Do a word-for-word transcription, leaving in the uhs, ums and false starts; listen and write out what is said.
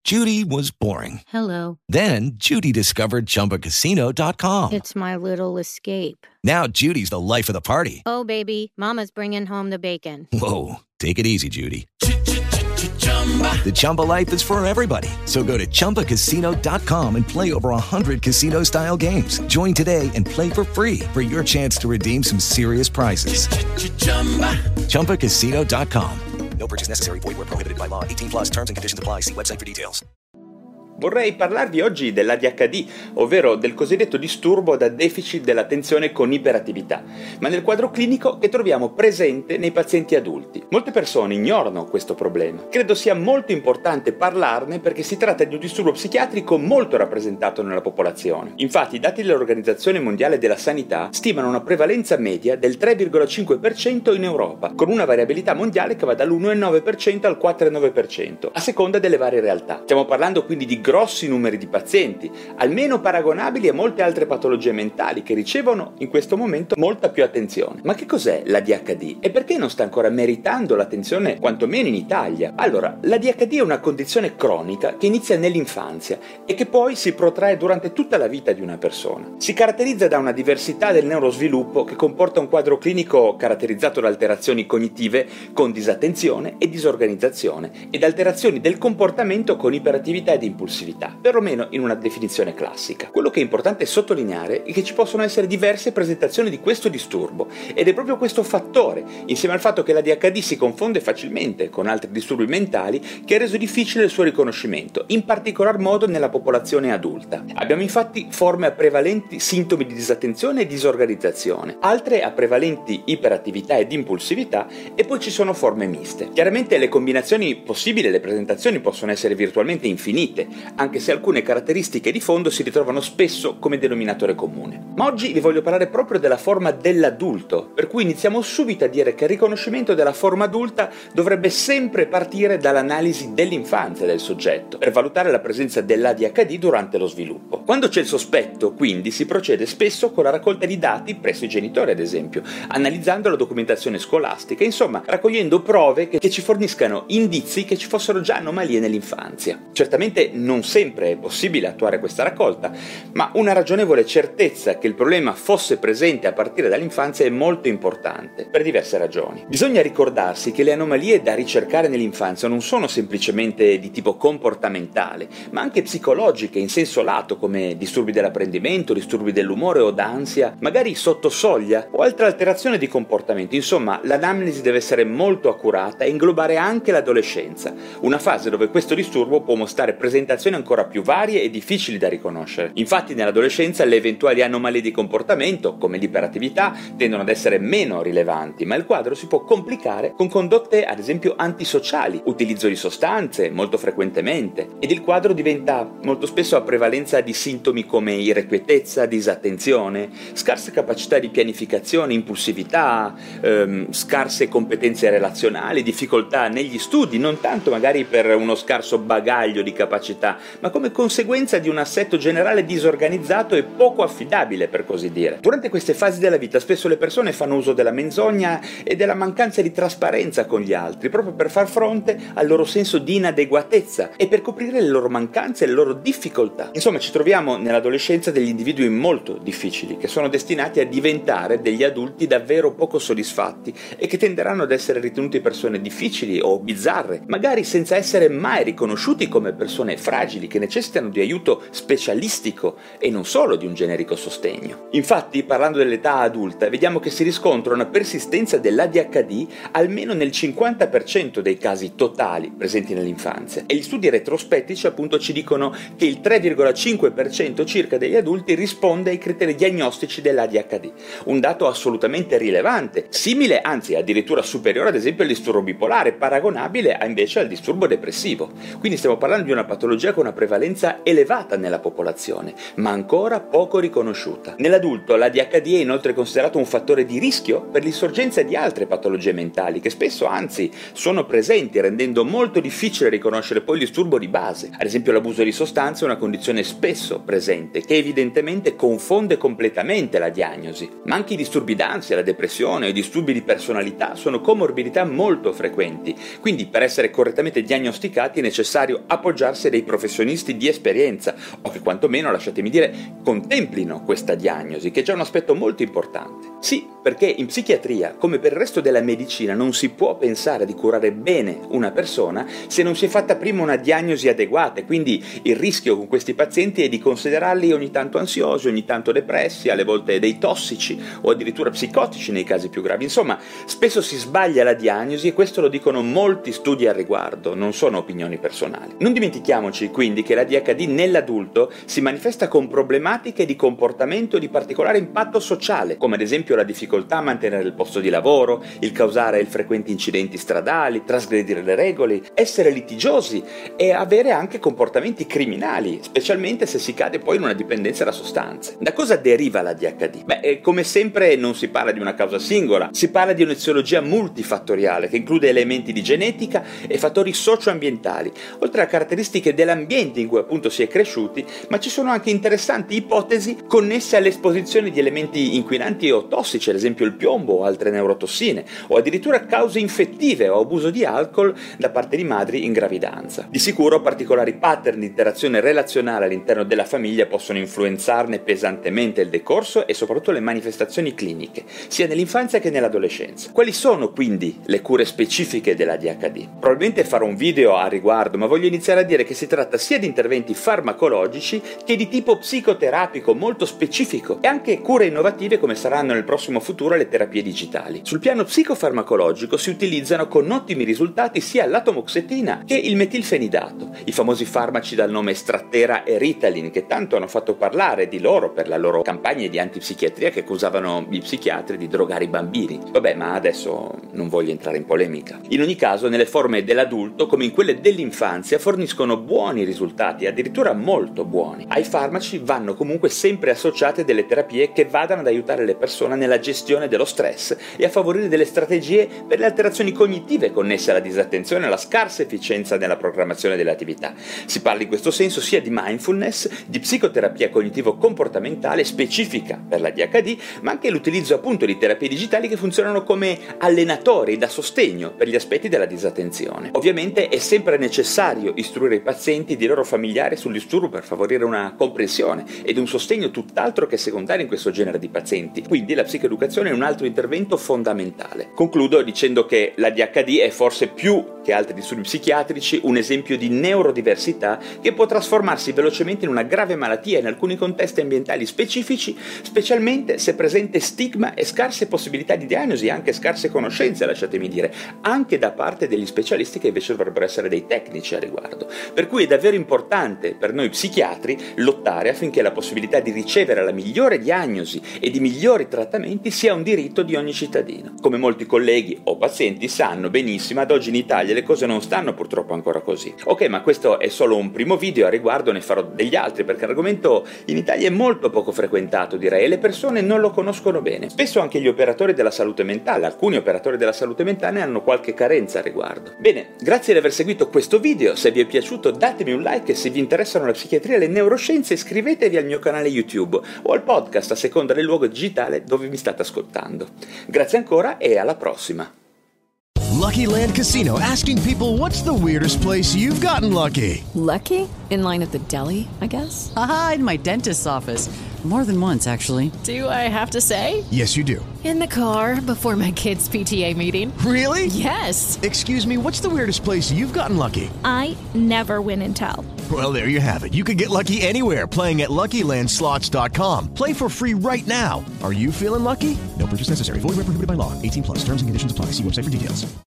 Judy was boring. Hello. Then Judy discovered Chumba Casino dot com. It's my little escape. Now Judy's the life of the party. Oh, baby, mama's bringing home the bacon. Whoa, take it easy, Judy. The Chumba life is for everybody. So go to Chumba Casino dot com and play over one hundred casino-style games. Join today and play for free for your chance to redeem some serious prizes. Chumba Casino dot com. No purchase necessary. Void where prohibited by law. eighteen plus terms and conditions apply. See website for details. Vorrei parlarvi oggi dell'A D H D, ovvero del cosiddetto disturbo da deficit dell'attenzione con iperattività, ma nel quadro clinico che troviamo presente nei pazienti adulti. Molte persone ignorano questo problema. Credo sia molto importante parlarne perché si tratta di un disturbo psichiatrico molto rappresentato nella popolazione. Infatti, i dati dell'Organizzazione Mondiale della Sanità stimano una prevalenza media del tre virgola cinque per cento in Europa, con una variabilità mondiale che va dall'uno virgola nove per cento al quattro virgola nove per cento, a seconda delle varie realtà. Stiamo parlando quindi di grossi numeri di pazienti, almeno paragonabili a molte altre patologie mentali che ricevono in questo momento molta più attenzione. Ma che cos'è l'A D H D e perché non sta ancora meritando l'attenzione quantomeno in Italia? Allora, l'A D H D è una condizione cronica che inizia nell'infanzia e che poi si protrae durante tutta la vita di una persona. Si caratterizza da una diversità del neurosviluppo che comporta un quadro clinico caratterizzato da alterazioni cognitive con disattenzione e disorganizzazione ed alterazioni del comportamento con iperattività ed impulsività, perlomeno in una definizione classica. Quello che è importante sottolineare è che ci possono essere diverse presentazioni di questo disturbo ed è proprio questo fattore, insieme al fatto che l'A D H D si confonde facilmente con altri disturbi mentali, che ha reso difficile il suo riconoscimento, in particolar modo nella popolazione adulta. Abbiamo infatti forme a prevalenti sintomi di disattenzione e disorganizzazione, altre a prevalenti iperattività ed impulsività e poi ci sono forme miste. Chiaramente le combinazioni possibili, le presentazioni possono essere virtualmente infinite, anche se alcune caratteristiche di fondo si ritrovano spesso come denominatore comune. Ma oggi vi voglio parlare proprio della forma dell'adulto, per cui iniziamo subito a dire che il riconoscimento della forma adulta dovrebbe sempre partire dall'analisi dell'infanzia del soggetto, per valutare la presenza dell'A D H D durante lo sviluppo. Quando c'è il sospetto, quindi, si procede spesso con la raccolta di dati presso i genitori, ad esempio, analizzando la documentazione scolastica, insomma, raccogliendo prove che, che ci forniscano indizi che ci fossero già anomalie nell'infanzia. Certamente non sempre è possibile attuare questa raccolta, ma una ragionevole certezza che il problema fosse presente a partire dall'infanzia è molto importante, per diverse ragioni. Bisogna ricordarsi che le anomalie da ricercare nell'infanzia non sono semplicemente di tipo comportamentale, ma anche psicologiche in senso lato, come disturbi dell'apprendimento, disturbi dell'umore o d'ansia, magari sotto soglia o altre alterazioni di comportamento. Insomma, l'anamnesi deve essere molto accurata e inglobare anche l'adolescenza, una fase dove questo disturbo può mostrare presentazioni ancora più varie e difficili da riconoscere. Infatti nell'adolescenza le eventuali anomalie di comportamento, come l'iperattività, tendono ad essere meno rilevanti, ma il quadro si può complicare con condotte ad esempio antisociali, utilizzo di sostanze molto frequentemente, ed il quadro diventa molto spesso a prevalenza di sintomi come irrequietezza, disattenzione, scarsa capacità di pianificazione, impulsività, ehm, scarse competenze relazionali, difficoltà negli studi, non tanto magari per uno scarso bagaglio di capacità, ma come conseguenza di un assetto generale disorganizzato e poco affidabile, per così dire. Durante queste fasi della vita spesso le persone fanno uso della menzogna e della mancanza di trasparenza con gli altri, proprio per far fronte al loro senso di inadeguatezza e per coprire le loro mancanze e le loro difficoltà. Insomma, ci troviamo nell'adolescenza degli individui molto difficili, che sono destinati a diventare degli adulti davvero poco soddisfatti e che tenderanno ad essere ritenuti persone difficili o bizzarre, magari senza essere mai riconosciuti come persone fragili che necessitano di aiuto specialistico e non solo di un generico sostegno. Infatti, parlando dell'età adulta, vediamo che si riscontra una persistenza dell'A D H D almeno nel cinquanta per cento dei casi totali presenti nell'infanzia, e gli studi retrospettici appunto ci dicono che il tre virgola cinque per cento circa degli adulti risponde ai criteri diagnostici dell'A D H D, un dato assolutamente rilevante, simile, anzi addirittura superiore ad esempio al disturbo bipolare, paragonabile a, invece al disturbo depressivo. Quindi stiamo parlando di una patologia con una prevalenza elevata nella popolazione, ma ancora poco riconosciuta. Nell'adulto l'A D H D è inoltre considerato un fattore di rischio per l'insorgenza di altre patologie mentali, che spesso anzi sono presenti, rendendo molto difficile riconoscere poi il disturbo di base. Ad esempio l'abuso di sostanze è una condizione spesso pregiudizio presente che evidentemente confonde completamente la diagnosi. Ma anche i disturbi d'ansia, la depressione e i disturbi di personalità sono comorbidità molto frequenti, quindi per essere correttamente diagnosticati è necessario appoggiarsi a dei professionisti di esperienza o che quantomeno, lasciatemi dire, contemplino questa diagnosi, che è già un aspetto molto importante. Sì, perché in psichiatria, come per il resto della medicina, non si può pensare di curare bene una persona se non si è fatta prima una diagnosi adeguata, e quindi il rischio con questi pazienti è di considerarli ogni tanto ansiosi, ogni tanto depressi, alle volte dei tossici o addirittura psicotici nei casi più gravi. Insomma, spesso si sbaglia la diagnosi e questo lo dicono molti studi al riguardo, non sono opinioni personali. Non dimentichiamoci quindi che la D H D nell'adulto si manifesta con problematiche di comportamento di particolare impatto sociale, come ad esempio la difficoltà a mantenere il posto di lavoro, il causare il frequenti incidenti stradali, trasgredire le regole, essere litigiosi e avere anche comportamenti criminali, specialmente se si cade poi in una dipendenza da sostanze. Da cosa deriva la D H D? Beh, come sempre non si parla di una causa singola, si parla di un'eziologia multifattoriale che include elementi di genetica e fattori socio-ambientali, oltre a caratteristiche dell'ambiente in cui appunto si è cresciuti, ma ci sono anche interessanti ipotesi connesse all'esposizione di elementi inquinanti o tossici, ad esempio il piombo o altre neurotossine, o addirittura cause infettive o abuso di alcol da parte di madri in gravidanza. Di sicuro particolari pattern di interazione relazionale all'interno della famiglia possono influenzarne pesantemente il decorso e soprattutto le manifestazioni cliniche, sia nell'infanzia che nell'adolescenza. Quali sono quindi le cure specifiche della D H D? Probabilmente farò un video a riguardo, ma voglio iniziare a dire che si tratta sia di interventi farmacologici che di tipo psicoterapico molto specifico e anche cure innovative come saranno nel prossimo futuro le terapie digitali. Sul piano psicofarmacologico si utilizzano con ottimi risultati sia l'atomoxetina che il metilfenidato, i famosi farmaci dal nome Strattera e Ritalin, che tanto hanno fatto parlare di loro per la loro campagne di antipsichiatria che accusavano gli psichiatri di drogare i bambini. Vabbè, ma adesso non voglio entrare in polemica. In ogni caso, nelle forme dell'adulto come in quelle dell'infanzia forniscono buoni risultati, addirittura molto buoni. Ai farmaci vanno comunque sempre associate delle terapie che vadano ad aiutare le persone nella gestione dello stress e a favorire delle strategie per le alterazioni cognitive connesse alla disattenzione e alla scarsa efficienza nella programmazione delle attività. Si parla in questo senso sia di mindfulness, di psicoterapia cognitivo-comportamentale specifica per la D H D, ma anche l'utilizzo appunto di terapie digitali che funzionano come allenatori da sostegno per gli aspetti della disattenzione. Ovviamente è sempre necessario istruire i pazienti e i loro familiari sul disturbo per favorire una comprensione ed un sostegno tutt'altro che secondario in questo genere di pazienti. Quindi la psicoeducazione è un altro intervento fondamentale. Concludo dicendo che la D H D è forse più che altri disturbi psichiatrici un esempio di neurodiversità che può trasformarsi velocemente in una grave malattia in alcuni contesti ambientali specifici, specialmente se presente stigma e scarse possibilità di diagnosi e anche scarse conoscenze, lasciatemi dire, anche da parte degli specialisti che invece dovrebbero essere dei tecnici a riguardo. Per cui è davvero importante per noi psichiatri lottare affinché la possibilità di ricevere la migliore diagnosi e di migliori trattamenti sia un diritto di ogni cittadino. Come molti colleghi o pazienti sanno benissimo, ad oggi in Italia le cose non stanno purtroppo ancora così. Ok, ma questo è solo un primo video, a riguardo ne farò degli altri perché l'argomento in Italia è molto poco frequentato, direi, e le persone non lo conoscono bene. Spesso anche gli operatori della salute mentale, alcuni operatori della salute mentale hanno qualche carenza a riguardo. Bene, grazie di aver seguito questo video, se vi è piaciuto datemi un like e se vi interessano la psichiatria e le neuroscienze iscrivetevi al mio canale YouTube o al podcast a seconda del luogo digitale dove mi state ascoltando. Grazie ancora e alla prossima! Lucky Land Casino, asking people, what's the weirdest place you've gotten lucky? Lucky? In line at the deli, I guess? Aha, in my dentist's office. More than once, actually. Do I have to say? Yes, you do. In the car before my kids' P T A meeting. Really? Yes. Excuse me, what's the weirdest place you've gotten lucky? I never win and tell. Well, there you have it. You can get lucky anywhere, playing at Lucky Land Slots dot com. Play for free right now. Are you feeling lucky? No purchase necessary. Void where prohibited by law. eighteen plus. Terms and conditions apply. See website for details.